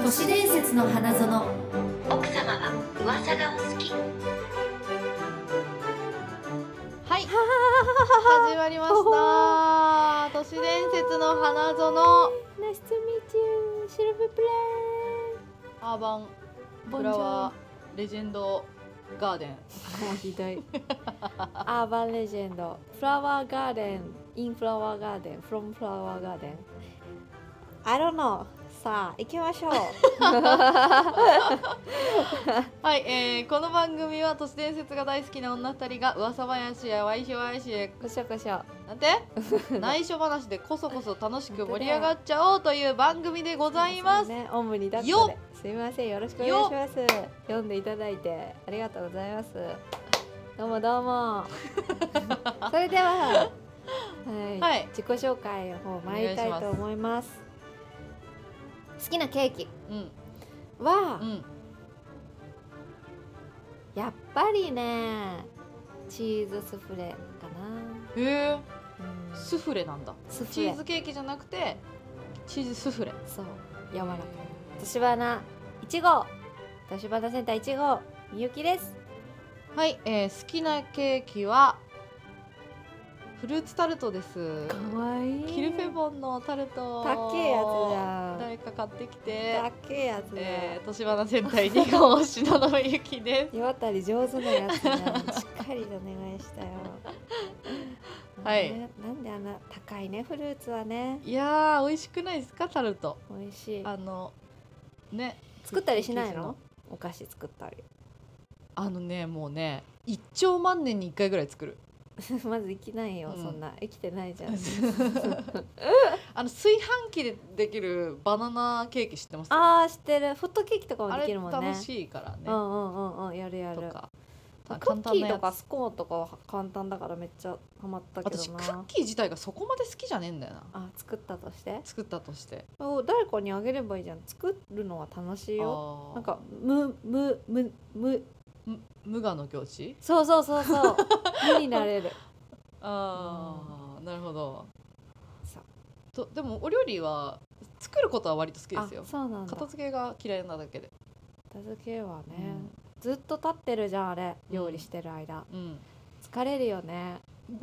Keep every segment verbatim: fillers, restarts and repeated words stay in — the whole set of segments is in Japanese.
都市伝説の花園。 奥様は噂がお好き。 はい始まりました都市伝説の花園。 Nice to meet you. S'il vous plaît. アーバンフラワーレジェンドガーデン。 もうひどい。アーバンレジェンドフラワーガーデン in フラワーガーデン from フラワーガーデン I don't know。 さあ行きましょう。 はい、えー、この番組は都市伝説が大好きな女ふたりが噂話やわいしわいしでこしょこしょなんて内緒話でこそこそ楽しく盛り上がっちゃおうという番組でございます。 ね、おんぶに抱っこですいません、よろしくお願いします。読んでいただいてありがとうございます。どうもどうも。それでは、はいはい自己紹介の方参りたいと思います。好きなケーキうんは、 うんやっぱりねチーズスフレかな。 へえうんスフレなんだ。 スフレチーズケーキじゃなくてチーズスフレ。 そう柔らかい。年花いちご年花センターいちごみゆきです。 はい、えー、好きなケーキはフルーツタルトです。 かわいい。 キルフェボンのタルト。 たっけえやつじゃん。 誰か買ってきて。 たっけえやつじゃん。 えー、年花戦隊に号篠野ゆきです。 岩谷上手なやつじゃん。しっかりお願いしたよ。 はいね、なんであんな高いねフルーツはね。 いやー美味しくないですかタルト。 美味しい。 あのね作ったりしないの？お菓子作ったり。 あのねもうね一兆万年に一回ぐらい作る。 まず生きないよ、うん、そんな生きてないじゃん。 あの炊飯器でできるバナナケーキ知ってます？ あー知ってる。ホットケーキとかもできるもんね。 あれ楽しいからね。 うんうんうんうんやるやる。とかクッキーとかスコーンとかは簡単だからめっちゃハマったけどな。 私クッキー自体がそこまで好きじゃねえんだよな。 あ作ったとして作ったとしてお誰かにあげればいいじゃん。作るのは楽しいよ。なんかむむむむ無我の境地。 そうそうそうそう無になれる。 ああ、うん、なるほど。 そうとでもお料理は作ることは割と好きですよ。 そうなんだ。 片付けが嫌いなだけで。 片付けはね、うん、ずっと立ってるじゃんあれ料理してる間、うん、疲れるよね。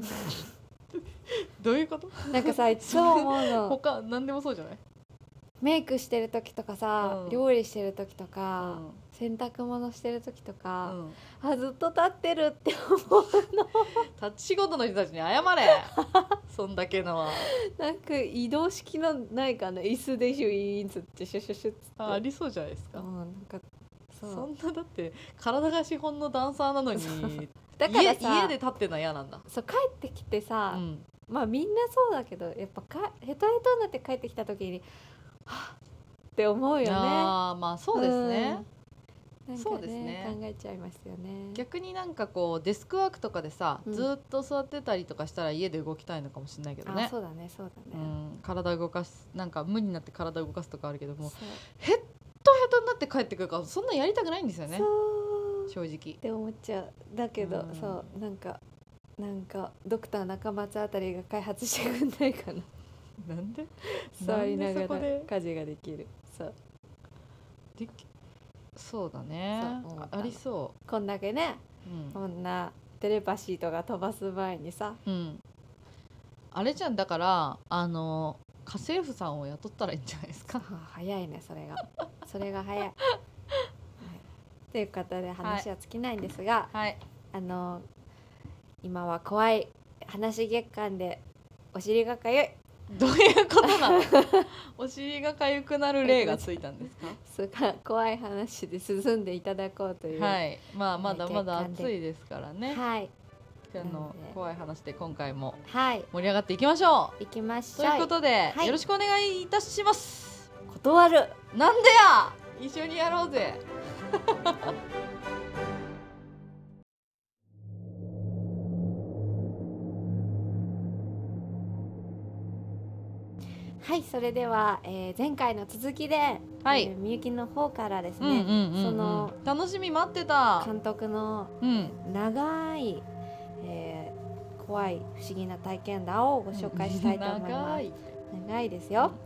どういうこと？ なんかさいつも思うの他何でもそうじゃない？ メイクしてる時とかさ、うん、料理してる時とか、うん、洗濯物してる時とか、うん、あずっと立ってるって思うの。 立ち仕事の人たちに謝れ。そんだけのはなんか移動式のないかな椅子でシュイーンつってシュシュシュッつってあ, ありそうじゃないですか、 うん、なんか そ, そんなだって体が資本のダンサーなのにだからさ家, 家で立ってるのは嫌なんだ。 そう帰ってきてさ、うん、まあみんなそうだけどやっぱかヘトヘトになって帰ってきた時にはっって思うよね。 ああまあそうですね、 うん、なんかね、そうですね考えちゃいますよね。 逆になんかこうデスクワークとかでさ、うん、ずっと座ってたりとかしたら家で動きたいのかもしれないけどね。 あそうだねそうだね、 うん、体動かすなんか無になって体動かすとかあるけどもヘッドヘッドになって帰ってくるからそんなやりたくないんですよね正直って思っちゃう。だけど、うん、そうなんかなんかドクター中松あたりが開発してくんないかな。 なんで座りながら家事ができる。そうできそうだね。ありそう。 こんだけね、うん、こんなテレパシーとか飛ばす前にさ、 うん、あれじゃんだからあの家政婦さんを雇ったらいいんじゃないですか。 早いねそれがそれが早い、はい、ということで話は尽きないんですが、 はい、 あの今は怖い話月間でお尻がかゆい。 どういうことなの？お尻がかゆくなる例がついたんですか？ すごい怖い話で進んでいただこうという、 はい、まあまだまだ暑いですからね。 はい。 今日の怖い話で今回も盛り上がっていきましょう。 いきましょう。 ということで、はい、よろしくお願いいたします。 断る。 なんでや？一緒にやろうぜ。 はいそれでは、えー、前回の続きで、はいえー、みゆきの方からですね、 うんうんうんうん、 その楽しみ待ってた監督の長い、うんえー、怖い不思議な体験談をご紹介したいと思います。長い長いですよ。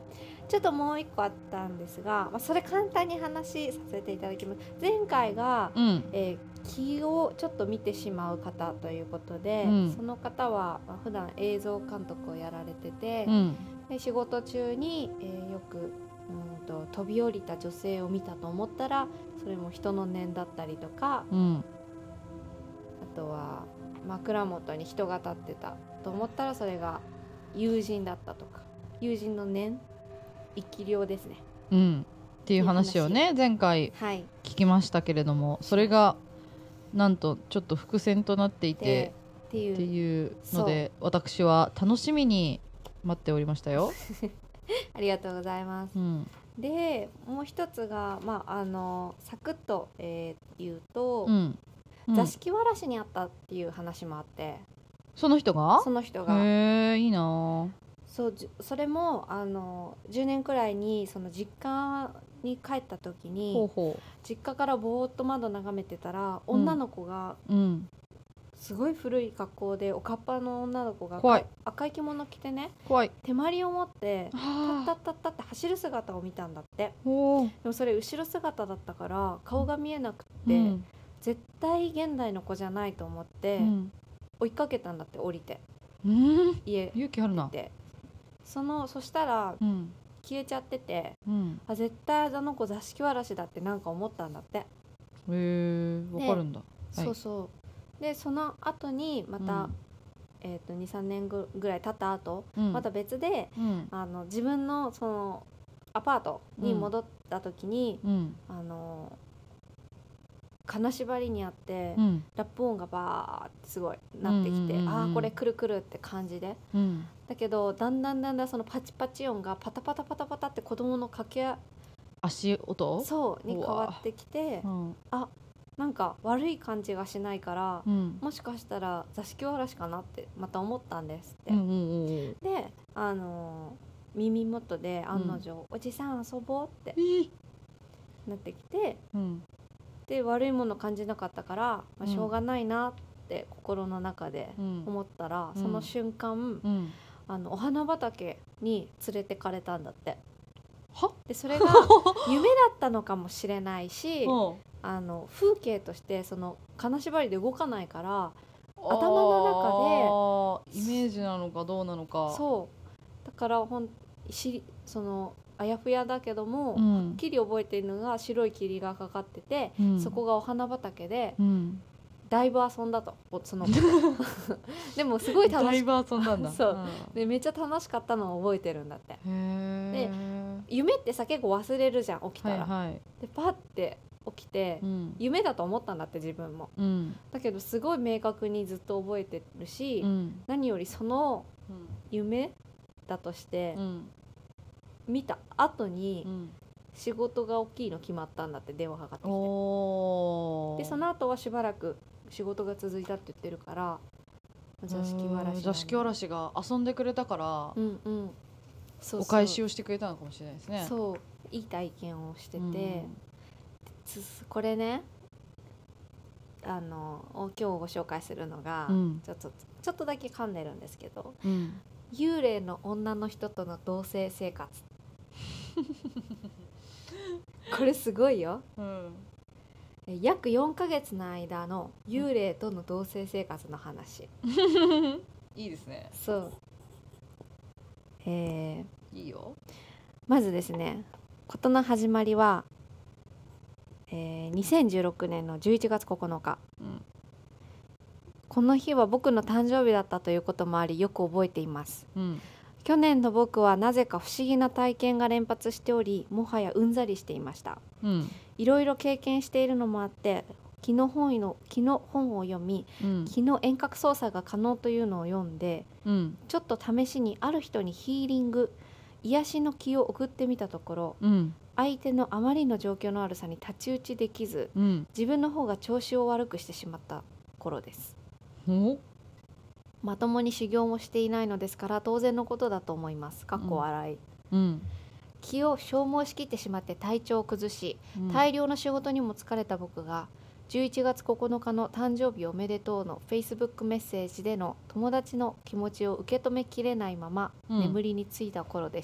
ちょっともう一個あったんですが、まあ、それ簡単に話させていただきます。前回が、 うんえー気をちょっと見てしまう方ということで、 うんその方はまあ普段映像監督をやられてて、 うんで仕事中に、えーよくうんと飛び降りた女性を見たと思ったらそれも人の念だったりとか、 うんあとは枕元に人が立ってたと思ったらそれが友人だったとか、友人の念、生き量ですね。 うんっていう話をね前回はい。 聞きましたけれども、それがなんとちょっと伏線となっていでてっていうっていうので、私は楽しみに待っておりましたよ。 ありがとうございます。 うんでもう一つが、まあ、あのサクッと、えー言うと、 うんうん座敷わらしにあったっていう話もあって、 その人がその人がへえいいなそうじそれもあのじゅうねんくらいにその実家に帰った時ほうにほ実家からぼーっと窓眺めてたら、 ん女の子がううんすごい古い格好でおかっぱの女の子が怖い赤い着物着てね、 怖い手まりを持ってタッタッはタッタって走る姿を見たんだって。 あほうでもそれ後ろ姿だったから顔が見えなくって、 うん絶対現代の子じゃないと思ってうん追いかけたんだって、降りてうん家勇気あるなでそのそしたらうん消えちゃってて、 うんあ絶対あの子座敷わらしだってなんか思ったんだって、 へえわかるんだはいそうそうでその後にまた、 うんえー、とにさんねんぐぐらい経った後、 うんまた別でうんあの自分のそのアパートに戻った時に、 うんあの金縛りにあって、 うんラップ音がバーってすごいなってきて、 うんうんうんうんああこれくるくるって感じで、 うんだけどだんだんだんだんそのパチパチ音がパタパタパタパタって子供の掛け合足音そうに変わってきて、 うんなんか悪い感じがしないから、 うんもしかしたら座敷わらしかなってまた思ったんですって、 うんうんうんであのー耳元で案の定、おじさん遊ぼうっていなってきて、 うんで悪いもの感じなかったから、まあ、 うんしょうがないなって心の中でうん思ったら、 うんその瞬間、 うんあのお花畑に連れてかれたんだって。 はでそれが夢だったのかもしれないしあの風景としてその金縛りで動かないから頭の中でイメージなのかどうなのかそうだからほんしそのあやふやだけども、はうんっきり覚えてるのが白い霧がかかってて、 うんそこがお花畑でうんだいぶ遊んだとおその子でもすごい楽しだいぶ遊んだんだそうでめっちゃ楽しかったのを覚えてるんだって。 うんへえ夢ってさ結構忘れるじゃん起きたら、 はいはいでパッて起きて、 うん夢だと思ったんだって自分も。 うんだけどすごい明確にずっと覚えてるし、 うん何よりその夢だとしてうん見た後にうん仕事が大きいの決まったんだって電話かかってきて、 おーでその後はしばらく仕事が続いたって言ってるから座敷わらしへー座敷わらしが遊んでくれたからうんうんそうそうお返しをしてくれたのかもしれないですねそういい体験をしてて、 うんつこれねあの今日ご紹介するのが、 うんちょっとちょっとだけ噛んでるんですけど、 うん幽霊の女の人との同棲生活これすごいよ。 うんえ約よんかげつの間の幽霊との同棲生活の話。 いいですねそう、えーいいよまずですね事の始まりは、えーにせんじゅうろくねんのじゅういちがつここのか、 うんこの日は僕の誕生日だったということもありよく覚えています。 うん去年の僕はなぜか不思議な体験が連発しており、もはやうんざりしていました。 うんいろいろ経験しているのもあって昨日本の昨日本を読みうん昨日遠隔操作が可能というのを読んでうんちょっと試しにある人にヒーリング癒しの気を送ってみたところ、 うん相手のあまりの状況の悪さに太刀打ちできずうん自分の方が調子を悪くしてしまった頃です。 おまともに修行もしていないのですから当然のことだと思います。かっこ笑い、 うん気を消耗しきってしまって体調を崩しうん大量の仕事にも疲れた僕がじゅういちがつここのかの誕生日おめでとうの Facebook メッセージでの友達の気持ちを受け止めきれないままうん眠りについた頃でした。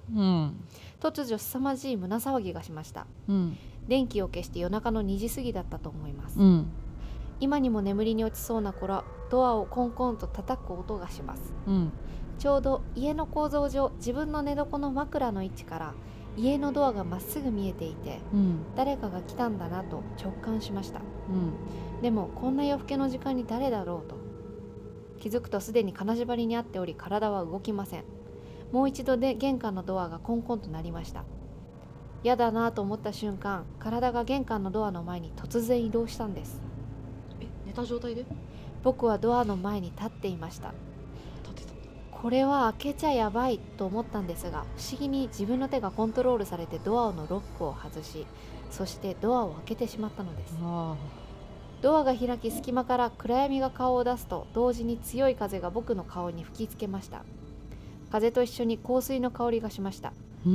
うん、 突如凄まじい胸騒ぎがしました。 うん、 電気を消して夜中のにじ過ぎだったと思います、 うん、 今にも眠りに落ちそうな頃、ドアをコンコンと叩く音がします。 うん、 ちょうど家の構造上、自分の寝床の枕の位置から家のドアがまっすぐ見えていて、 うん、 誰かが来たんだなと直感しました。 うん、 でもこんな夜更けの時間に誰だろうと気づくと、すでに金縛りにあっており、体は動きません。もう一度で玄関のドアがコンコンとなりました。嫌だなと思った瞬間、体が玄関のドアの前に突然移動したんです。 え、寝た状態で僕はドアの前に立っていました。 立ってた。 これは開けちゃやばいと思ったんですが、不思議に自分の手がコントロールされてドアのロックを外し、そしてドアを開けてしまったのです。 あドアが開き、隙間から暗闇が顔を出すと、同時に強い風が僕の顔に吹きつけました。風と一緒に香水の香りがしました。 ー、うん、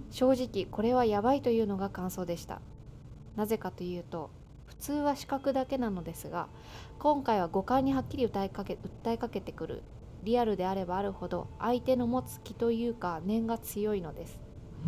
正直これはやばいというのが感想でした。なぜかというと、普通は視覚だけなのですが、今回は五感にはっきり訴えかけ、訴えかけてくる。リアルであればあるほど相手の持つ気というか念が強いのです。 うん、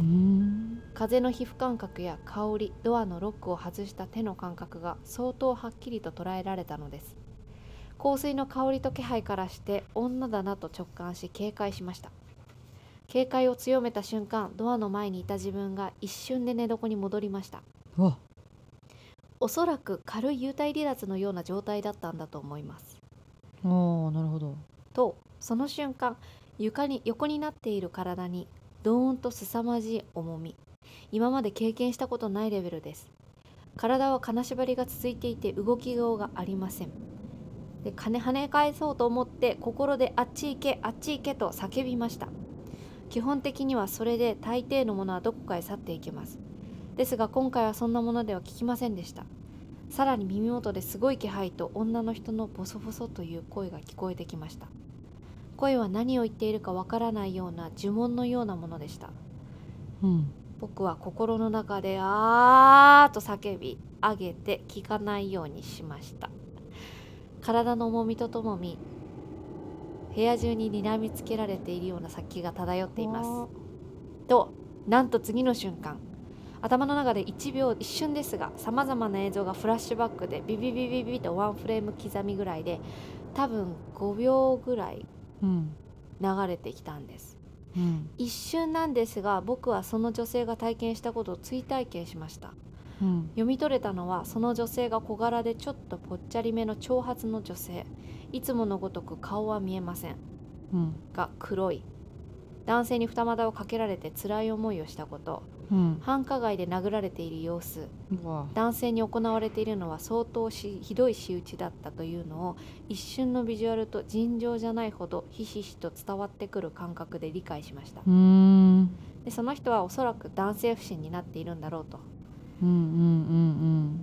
風の皮膚感覚や香り、ドアのロックを外した手の感覚が相当はっきりと捉えられたのです。香水の香りと気配からして女だなと直感し、警戒しました。警戒を強めた瞬間、ドアの前にいた自分が一瞬で寝床に戻りました。 うわ、 おそらく軽い幽体離脱のような状態だったんだと思います。 あー、なるほど。 と、その瞬間、床に横になっている体にドーンと凄まじい重み、今まで経験したことないレベルです。体は金縛りが続いていて動きようがありません。で、金跳ね返そうと思って心であっち行けあっち行けと叫びました。基本的にはそれで大抵のものはどこかへ去っていきます。ですが今回はそんなものでは聞きませんでした。さらに耳元ですごい気配と女の人のボソボソという声が聞こえてきました。声は何を言っているかわからないような呪文のようなものでした。 うん、 僕は心の中であーと叫び上げて聞かないようにしました。体の重みとともに部屋中に睨みつけられているような殺気が漂っていますと、なんと次の瞬間、頭の中でいちびょう一瞬ですがさまざまな映像がフラッシュバックでビビビビビとワンフレーム刻みぐらいで、多分ごびょうぐらいうん、 流れてきたんです。 うん、 一瞬なんですが、僕はその女性が体験したことを追体験しました。 うん、 読み取れたのは、その女性が小柄でちょっとぽっちゃりめの長髪の女性、いつものごとく顔は見えませんうん、 が黒い、男性に二股をかけられて辛い思いをしたこと、 うん、 繁華街で殴られている様子、 うわ、 男性に行われているのは相当しひどい仕打ちだったというのを、一瞬のビジュアルと尋常じゃないほどひしひしと伝わってくる感覚で理解しました。 うーん、 で、その人はおそらく男性不信になっているんだろうと。 うん、うん、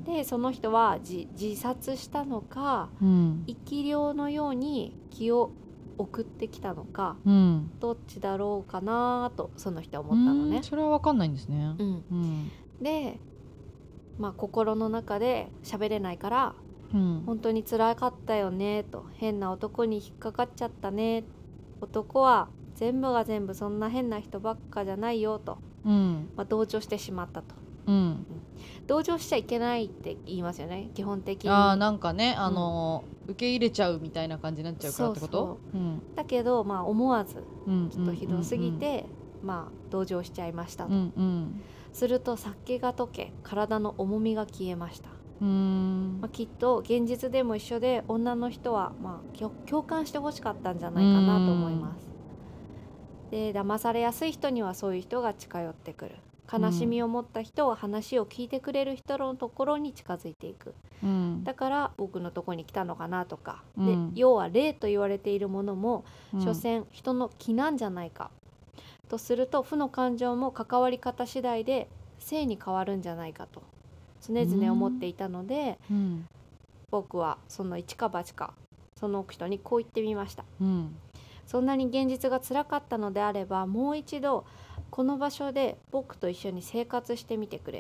で、その人は自殺したのか、 うん、うん、 生き量のように気を送ってきたのか、 うん、 どっちだろうかなとその人は思ったのね。 それは分かんないんですね。 うん、 うん、 で、まあ、心の中で喋れないからうん、 本当に辛かったよねと、変な男に引っかかっちゃったね、男は全部が全部そんな変な人ばっかじゃないよと、 うん、 まあ、同情してしまったと。 うん、 同情しちゃいけないって言いますよね、基本的に。 ああ、なんかね、あのー受け入れちゃうみたいな感じになっちゃうからってこと？ そううん、 だけど、まあ、思わずうん、 ちょっとひどすぎて、まあ、同情しちゃいましたと、 うん、うん、 すると殺気が解け、体の重みが消えました。 うーん、 まあ、きっと現実でも一緒で、女の人は、まあ、共共感してほしかったんじゃないかなと思います。で、騙されやすい人にはそういう人が近寄ってくる。悲しみを持った人は話を聞いてくれる人のところに近づいていく。 うん、 だから僕のところに来たのかなとか、 うんで、要は霊と言われているものも、 うん、 所詮人の気なんじゃないかとすると、負の感情も関わり方次第で性に変わるんじゃないかと常々思っていたので、 うん、 僕はその一か八かその人にこう言ってみました。 うん、 そんなに現実が辛かったのであれば、もう一度この場所で僕と一緒に生活してみてくれ。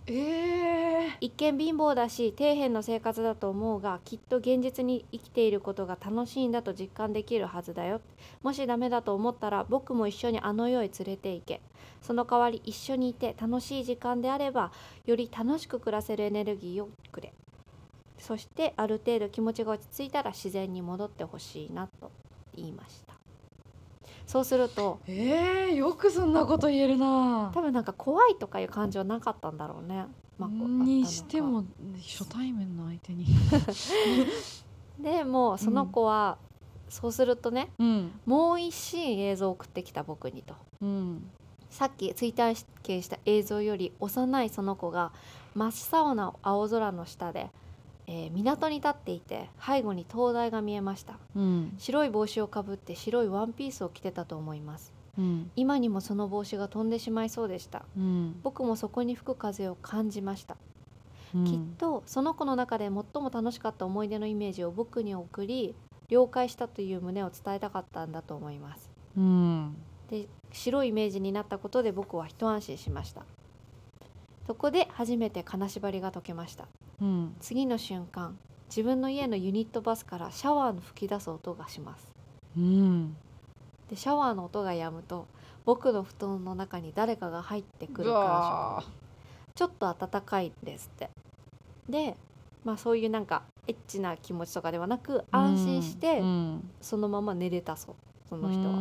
えー、 一見貧乏だし底辺の生活だと思うが、きっと現実に生きていることが楽しいんだと実感できるはずだよ。もしダメだと思ったら僕も一緒にあの世へ連れて行け。その代わり一緒にいて楽しい時間であればより楽しく暮らせるエネルギーをくれ。そしてある程度気持ちが落ち着いたら自然に戻ってほしいなと言いました。そうするとえー、よくそんなこと言えるな。 多分なんか怖いとかいう感情なかったんだろうね。まあ、 にしても初対面の相手にでもうその子は、うん、そうするとね、 うん、 もう一シーン映像を送ってきた僕にと、 うん、 さっきツイッター形した映像より幼いその子が真っ青な青空の下で、えー、港に立っていて背後に灯台が見えました、 うん、 白い帽子をかぶって白いワンピースを着てたと思います、 うん、 今にもその帽子が飛んでしまいそうでした、 うん、 僕もそこに吹く風を感じました、 うん、 きっとその子の中で最も楽しかった思い出のイメージを僕に送り了解したという旨を伝えたかったんだと思います、 うん、 で白いイメージになったことで僕は一安心しました。そこで初めて金縛りが解けました、 うん、 次の瞬間自分の家のユニットバスからシャワーの吹き出す音がします、 うん、 でシャワーの音が止むと僕の布団の中に誰かが入ってくる感触、ちょっと暖かいんですって。で、まあ、そういうなんかエッチな気持ちとかではなく安心してそのまま寝れたそう、その人は、うん、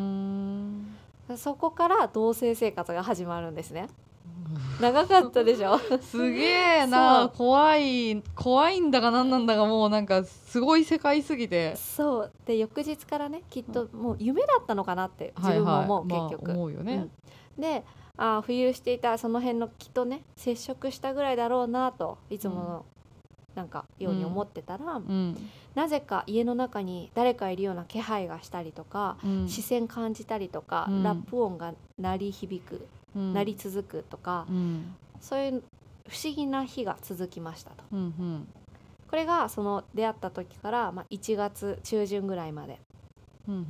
そこから同棲生活が始まるんですね。長かったでしょすげえな、怖い怖いんだか何なんだか、もうなんかすごい世界すぎて、 そうで翌日からねきっともう夢だったのかなって自分も思う、はいはい、結局、 まあ、思うよね、 うん、であ浮遊していたその辺の木とね接触したぐらいだろうなといつものなんかように思ってたら、うんうん、なぜか家の中に誰かいるような気配がしたりとか、うん、視線感じたりとか、うん、ラップ音が鳴り響く、うん、鳴り続くとか、うん、そういう不思議な日が続きましたと、うんうん、これがその出会った時から、まあ、いちがつ中旬ぐらいまで、うんうんうんうん、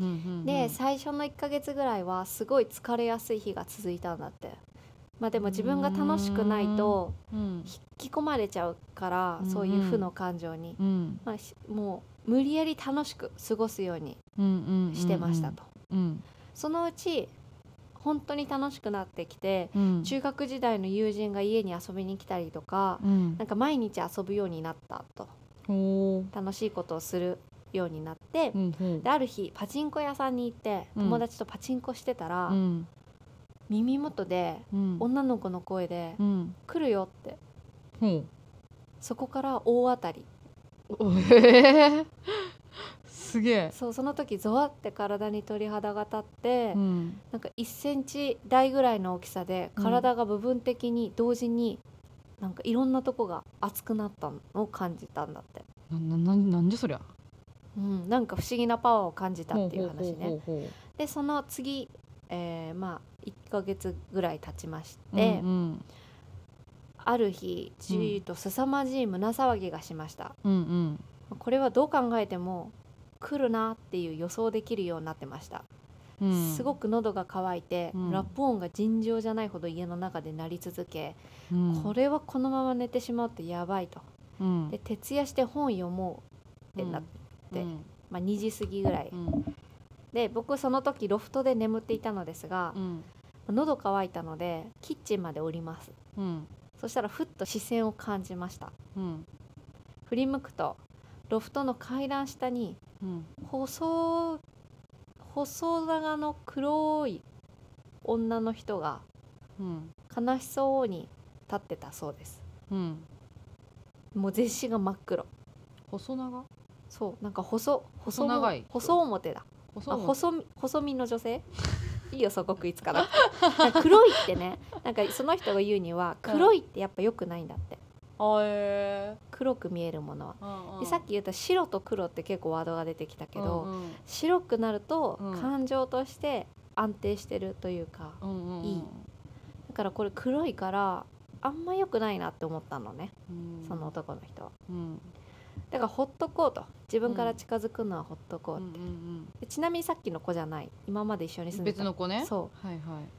で最初のいっかげつぐらいはすごい疲れやすい日が続いたんだって。まあ、でも自分が楽しくないと引き込まれちゃうから、うん、そういう負の感情に、うんまあ、もう無理やり楽しく過ごすようにしてましたと、うんうんうん、そのうち本当に楽しくなってきて、うん、中学時代の友人が家に遊びに来たりとか、うん、なんか毎日遊ぶようになったと、楽しいことをするようになって、うんうん、である日パチンコ屋さんに行って友達とパチンコしてたら、うん耳元で、うん、女の子の声で、うん、来るよって、うん、そこから大当たり、えー、すげえ。そうその時ゾワって体に鳥肌が立って、うん、なんかいっセンチ台ぐらいの大きさで体が部分的に同時になんかいろんなとこが熱くなったのを感じたんだって。 な、な、なんでそりゃ、 うん、なんか不思議なパワーを感じたっていう話ね。でその次、えー、まあいっかげつぐらい経ちまして、うんうん、ある日じーっと凄まじい胸騒ぎがしました、うんうん、これはどう考えても来るなっていう予想できるようになってました、うん、すごく喉が渇いて、うん、ラップ音が尋常じゃないほど家の中で鳴り続け、うん、これはこのまま寝てしまうとやばいと、うん、で徹夜して本読もうってなって、うんまあ、にじ過ぎぐらい、うんで僕その時ロフトで眠っていたのですが、うん、喉乾いたのでキッチンまで降ります、うん、そしたらふっと視線を感じました、うん、振り向くとロフトの階段下に、うん、細細長の黒い女の人が、うん、悲しそうに立ってたそうです、うん、もう全身が真っ黒。 細長？ そうなんか細細細長い細表だ。細, あ 細, 身細身の女性いいよそこ食いつかなくて黒いってねなんかその人が言うには黒いってやっぱ良くないんだって、うん、黒く見えるものは、うんうん、でさっき言った白と黒って結構ワードが出てきたけど、うんうん、白くなると感情として安定してるというか、うんうんうん、いいだからこれ黒いからあんま良くないなって思ったのね、うん、その男の人は、うんだからほっとこうと自分から近づくのはほっとこうって、うんうんうん、でちなみにさっきの子じゃない今まで一緒に住んでた別の子ねそう、 はいはい、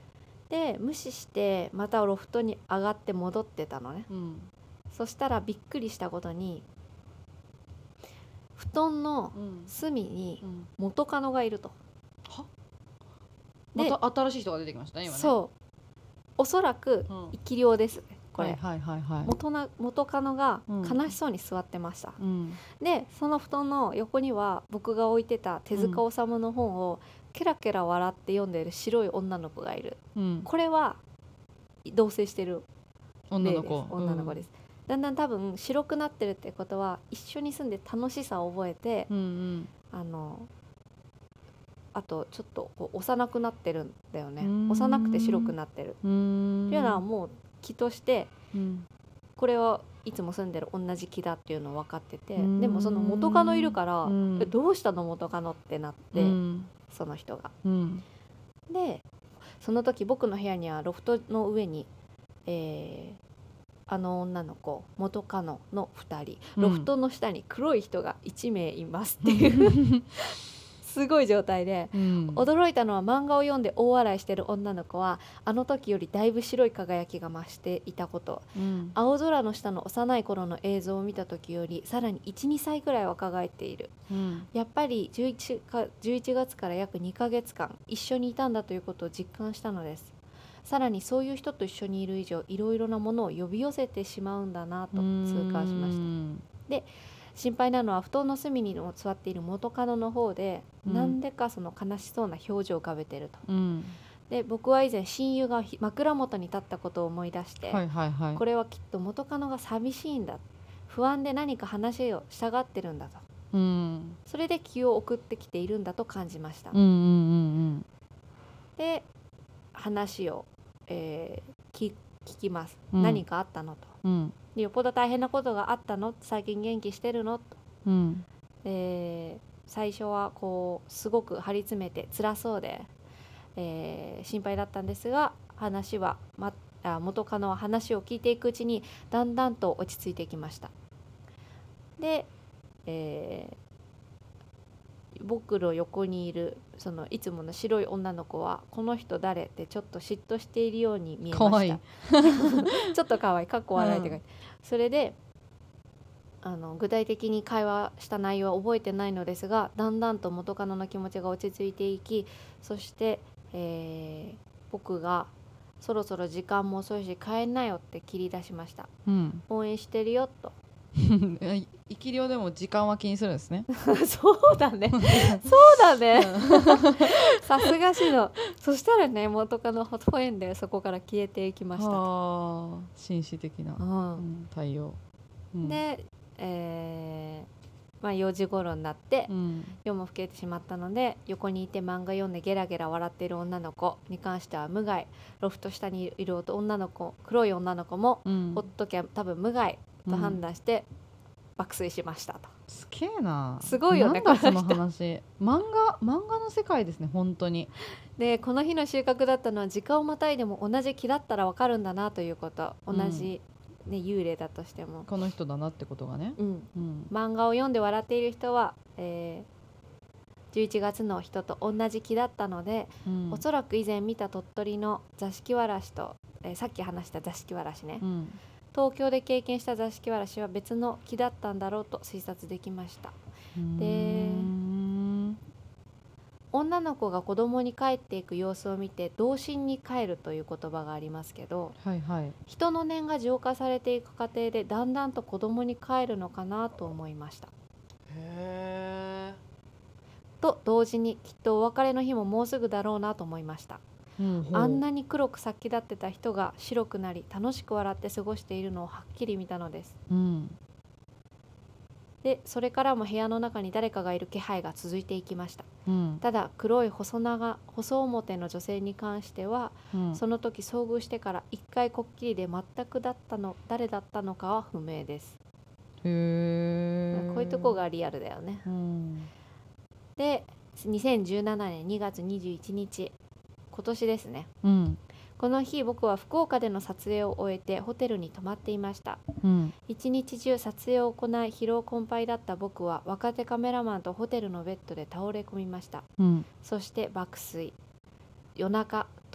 で無視してまたロフトに上がって戻ってたのね。 うんそしたらびっくりしたことに布団のうん隅にうん元カノがいると。 はでまた新しい人が出てきましたね今ね。 そうおそらくうん生き量ですねこれ、 はいはいはいはい。 元な元カノがうん悲しそうに座ってました、 うんでその布団の横には僕が置いてた手塚治虫の本をケラケラ笑って読んでいる白い女の子がいる。 うんこれは同棲してる例です女の子女の子です、だんだん多分白くなってるってことは一緒に住んで楽しさを覚えて、 うんうんあのあとちょっとこう幼くなってるんだよね。 うーん幼くて白くなってるっうーんていうのはもう気としてうんこれはいつも住んでる同じ木だっていうの分かってて、 うーんでもその元カノいるから、 うんえどうしたの元カノってなって、 うんその人が。 うんでその時僕の部屋にはロフトの上に、えーあの女の子元カノのふたり、ロフトの下に黒い人がいち名いますっていうすごい状態で、 うん驚いたのは漫画を読んで大笑いしてる女の子はあの時よりだいぶ白い輝きが増していたこと、 うん青空の下の幼い頃の映像を見た時よりさらにいち、にさいくらい若返っている。 うんやっぱりじゅういちかじゅういちがつから約にかげつかん一緒にいたんだということを実感したのです。さらにそういう人と一緒にいる以上いろいろなものを呼び寄せてしまうんだなと痛感しました。心配なのは布団の隅に座っている元カノの方で、 うんなんでかその悲しそうな表情を浮かべていると。 うんで僕は以前親友がひ枕元に立ったことを思い出して、 はいはいはいこれはきっと元カノが寂しいんだ、不安で何か話をしたがってるんだと、 うんそれで気を送ってきているんだと感じました。 うんうんうんで話を、えー聞聞きます、 うん何かあったのと。 うんでよっぽど大変なことがあったの、最近元気してるのと。 うんで最初はこうすごく張り詰めて辛そうで、えー心配だったんですが、話は、ま、あ元カノは話を聞いていくうちにだんだんと落ち着いてきました。で、えー僕の横にいるそのいつもの白い女の子はこの人誰ってちょっと嫉妬しているように見えました。 かわいいちょっとかわいいかっこ笑いって書いて、それであの具体的に会話した内容は覚えてないのですが、だんだんと元カノの気持ちが落ち着いていき、そして、えー僕がそろそろ時間も遅いし帰んなよって切り出しました。 うん応援してるよと。 生き量でも時間は気にするんですねそうだねそうだねさすがしの。そしたらね元カノほほえんでそこから消えていきましたと。 ああ紳士的な、 ううんん、対応、うん、 で、えーまあ、よじ頃になって、 うん夜も更けてしまったので横にいて漫画読んでゲラゲラ笑っている女の子に関しては無害、ロフト下にいる女の子黒い女の子もうんほっときゃ多分無害と判断して爆睡しましたと。 すげえな、 すごいよねなんだそのこの人話。漫画漫画の世界ですね本当に。 でこの日の収穫だったのは時間をまたいでも同じ木だったらわかるんだなということ、同じ、ね、幽霊だとしても、 この人だなってことがね、 うん、 うん漫画を読んで笑っている人は、えーじゅういちがつの人と同じ木だったので、 うん、 おそらく以前見た鳥取の座敷わらしと、えーさっき話した座敷わらしね、 うん東京で経験した座敷わらしは別の木だったんだろうと推察できました。 うでーん女の子が子供に帰っていく様子を見て童心に帰るという言葉がありますけど、 はいはい、 人の念が浄化されていく過程でだんだんと子供に帰るのかなと思いました。 へと同時にきっとお別れの日ももうすぐだろうなと思いました。 え、うん、ほうあんなに黒く殺気立ってた人が白くなり楽しく笑って過ごしているのをはっきり見たのです。 うんでそれからも部屋の中に誰かがいる気配が続いていきました。 うんただ黒い細長細表の女性に関しては、 うん、 その時遭遇してから一回こっきりで全くだったの誰だったのかは不明です。 へえ、 こういうとこがリアルだよね。 うんでにせんじゅうななねんにがつにじゅういちにち、今年ですね。 うんこの日僕は福岡での撮影を終えてホテルに泊まっていました。 うん一日中撮影を行い疲労困憊だった僕は若手カメラマンとホテルのベッドで倒れ込みました。 うんそして爆睡。夜中と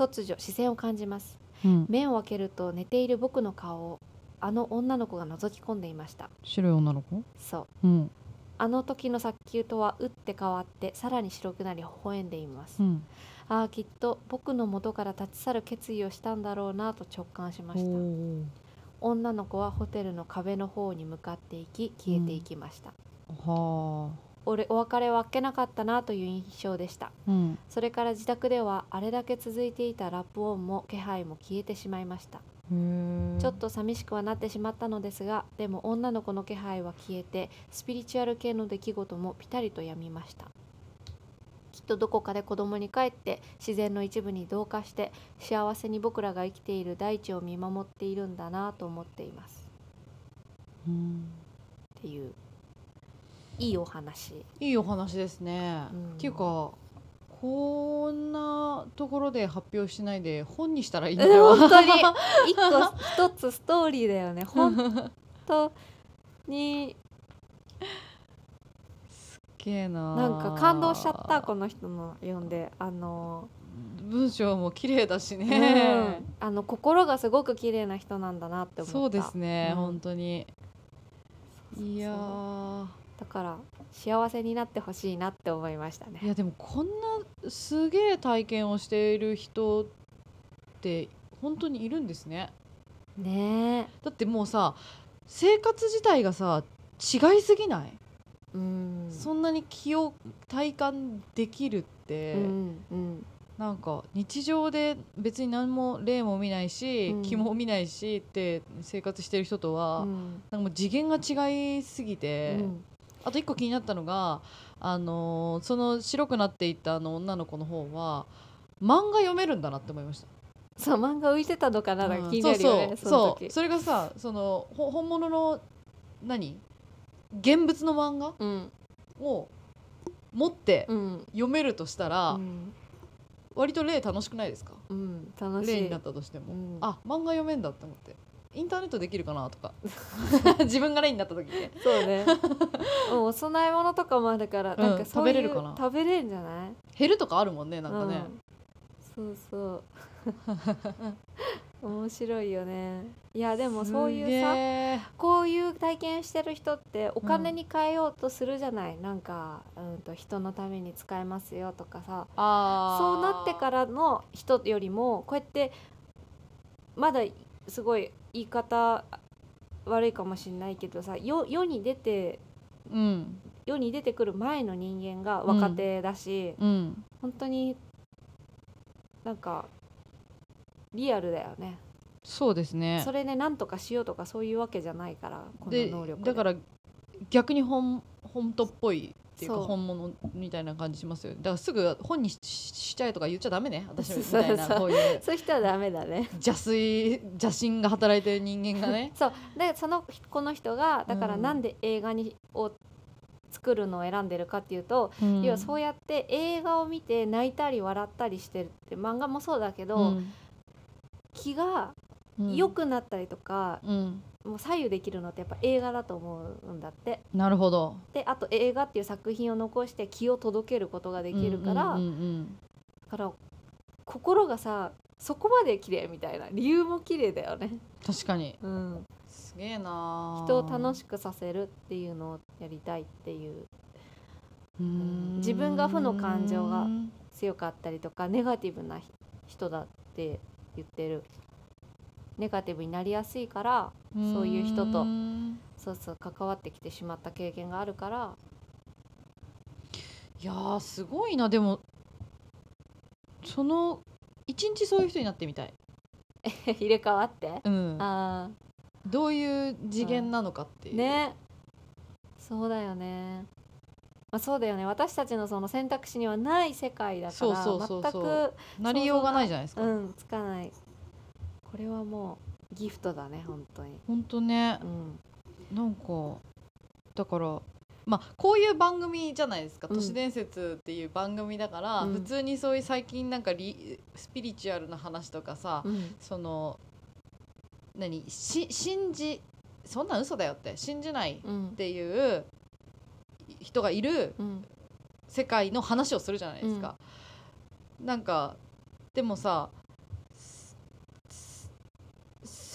突如視線を感じます。 うん、 目を開けると寝ている僕の顔をあの女の子が覗き込んでいました。 白い女の子。 そう、 うん、 あの時の早球とは打って変わってさらに白くなり微笑んでいます、 うん、 ああきっと僕の元から立ち去る決意をしたんだろうなと直感しました。女の子はホテルの壁の方に向かっていき消えていきました、 うん、はあ、 俺お別れはあっけなかったなという印象でした、 うん、 それから自宅ではあれだけ続いていたラップ音も気配も消えてしまいました。ちょっと寂しくはなってしまったのですが、でも女の子の気配は消えてスピリチュアル系の出来事もピタリとやみました。きっとどこかで子供に帰って自然の一部に同化して幸せに僕らが生きている大地を見守っているんだなと思っています、 うん、 っていういいお話。 いいお話ですね、うん、っていうかこんなところで発表しないで本にしたらいいんだよ、 うん、本当に一個一つストーリーだよね本当にすっげえな。 なんか感動しちゃった、この人の読んで。あの文章も綺麗だしね、 うん、あの心がすごく綺麗な人なんだなって思った。 そうですね、うん、本当に。 そうそうそう、 いやー、 だから幸せになってほしいなって思いましたね。 いやでもこんなすげえ体験をしている人って本当にいるんですね。 ねえ、 だってもうさ生活自体がさ違いすぎない？うん、そんなに気を体感できるって、うんうん、なんか日常で別に何も例も見ないし、うん、気も見ないしって生活してる人とは、うん、なんかもう次元が違いすぎて、うん、あと一個気になったのが、あのー、その白くなっていったあの女の子の方は漫画読めるんだなって思いました。 そう、漫画浮いてたのかな、うん、気になるよね。 そうそうそう、それがさ、その本物の何現物の漫画、うん、を持って読めるとしたら、うん、割と例楽しくないですか？うん、楽しい。例になったとしても、うん、あ、漫画読めんだって思って、インターネットできるかなとか自分が例になった時ってそうねもうお供え物とかもあるから、うん、なんかそういう食べれるかな、食べれるんじゃない？ 減るとかあるもんね、なんかね、 うん、そうそう面白いよね。いやでもそういうさ、こういう体験してる人ってお金に変えようとするじゃない、うん、なんか、うん、と人のために使えますよとかさ、あ、そうなってからの人よりもこうやってまだすごい言い方悪いかもしれないけどさ、世、世に出て、うん、世に出てくる前の人間が若手だし、うんうん、本当になんかリアルだよね。 そうですね。 それで何とかしようとかそういうわけじ じゃないから、この能力で。 だから逆に本本当っぽいっていうか本物みたいな感じしますよ。だからすぐ本に し, しちゃえとか言っちゃダメね、私みたいな。こういうそういう人はダメだね。 邪推邪心が働いてる人間がねそうで、そのこの人がだからなんで映画にを作るのを選んでるかっていうと、うん、要はそうやって映画を見て泣いたり笑ったりしてるって、漫画もそうだけど、うん、気が良くなったりとか、うん、もう左右できるのってやっぱ映画だと思うんだって。 なるほど。 で、あと映画っていう作品を残して気を届けることができるから、うんうんうんうん、だから心がさそこまで綺麗みたいな理由も綺麗だよね。 確かに、 うん、 すげえな。 人を楽しくさせるっていうのをやりたいっていう、うーん、自分が負の感情が強かったりとかネガティブな人だって言ってる。ネガティブになりやすいから、そういう人とそうそう関わってきてしまった経験があるから。 いやーすごいな。でもその一日そういう人になってみたい入れ替わって、 うん、あ、どういう次元なのかっていう、 ね、そうだよね。まあ、そうだよね。私たちのその選択肢にはない世界だから、そうそうそうそう、 全くなりようがないじゃないですか。 うん、つかない。これはもうギフトだね、本当に。 本当ね、うん、なんかだからまあこういう番組じゃないですか、うん、都市伝説っていう番組だから、うん、普通にそういう最近なんかリスピリチュアルな話とかさ、うん、その何し信じそんな嘘だよって信じないっていう人がいる世界の話をするじゃないですか、うん、なんかでもさ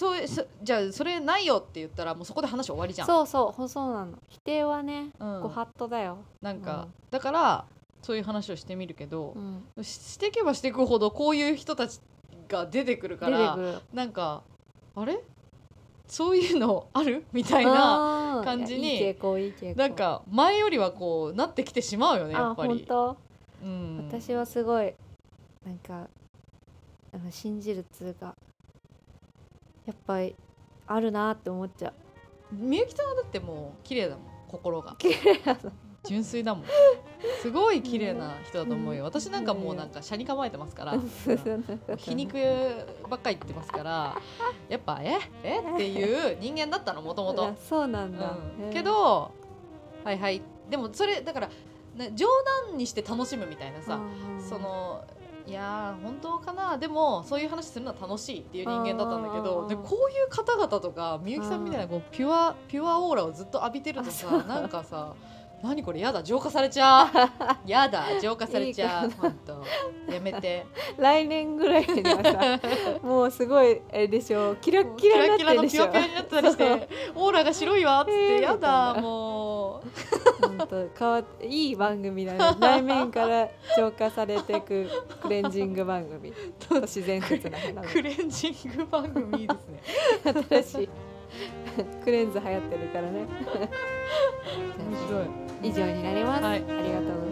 そうそじゃあそれないよって言ったらもうそこで話終わりじゃん。 そうそうそうなの。否定はね、 うん、 ご法度だよ。 なんか、 うん、 だからそういう話をしてみるけど、 うん、 し, していけばしていくほどこういう人たちが出てくるから出てくる。 なんかあれそういうのあるみたいな感じに、 いい傾向いい傾向。 なんか前よりはこうなってきてしまうよねやっぱり。 あ、本当、 うん、 私はすごいなんかあの信じるつうかやっぱりあるなって思っちゃう。 みゆきさんはだってもう綺麗だもん心が。 綺麗なの。 純粋だもん。すごい綺麗な人だと思うよ。私なんかもうなんか車に構えてますから皮肉ばっかり言ってますからやっぱええっていう人間だったのもともと。 そうなんだ、 うん、けどはいはいでもそれだから冗談にして楽しむみたいなさ、そのいやー本当かなでもそういう話するのは楽しいっていう人間だったんだけど、でこういう方々とかみゆきさんみたいなこうピュアピュアオーラをずっと浴びてるとさなんかさ何これやだ浄化されちゃうやだ浄化されちゃう本当やめて来年ぐらいにはさもうすごいあれでしょキラッキラになってるでしょキラキラのピュアピュアになったりしてオーラが白いわっつって、えー、やだもう本当変わっていい番組だね。内面から浄化されていくクレンジング番組都市伝説の花クレンジング番組いいですね新しいクレンズ流行ってるからね面白い。 以上になります、 はい、 ありがとうございます。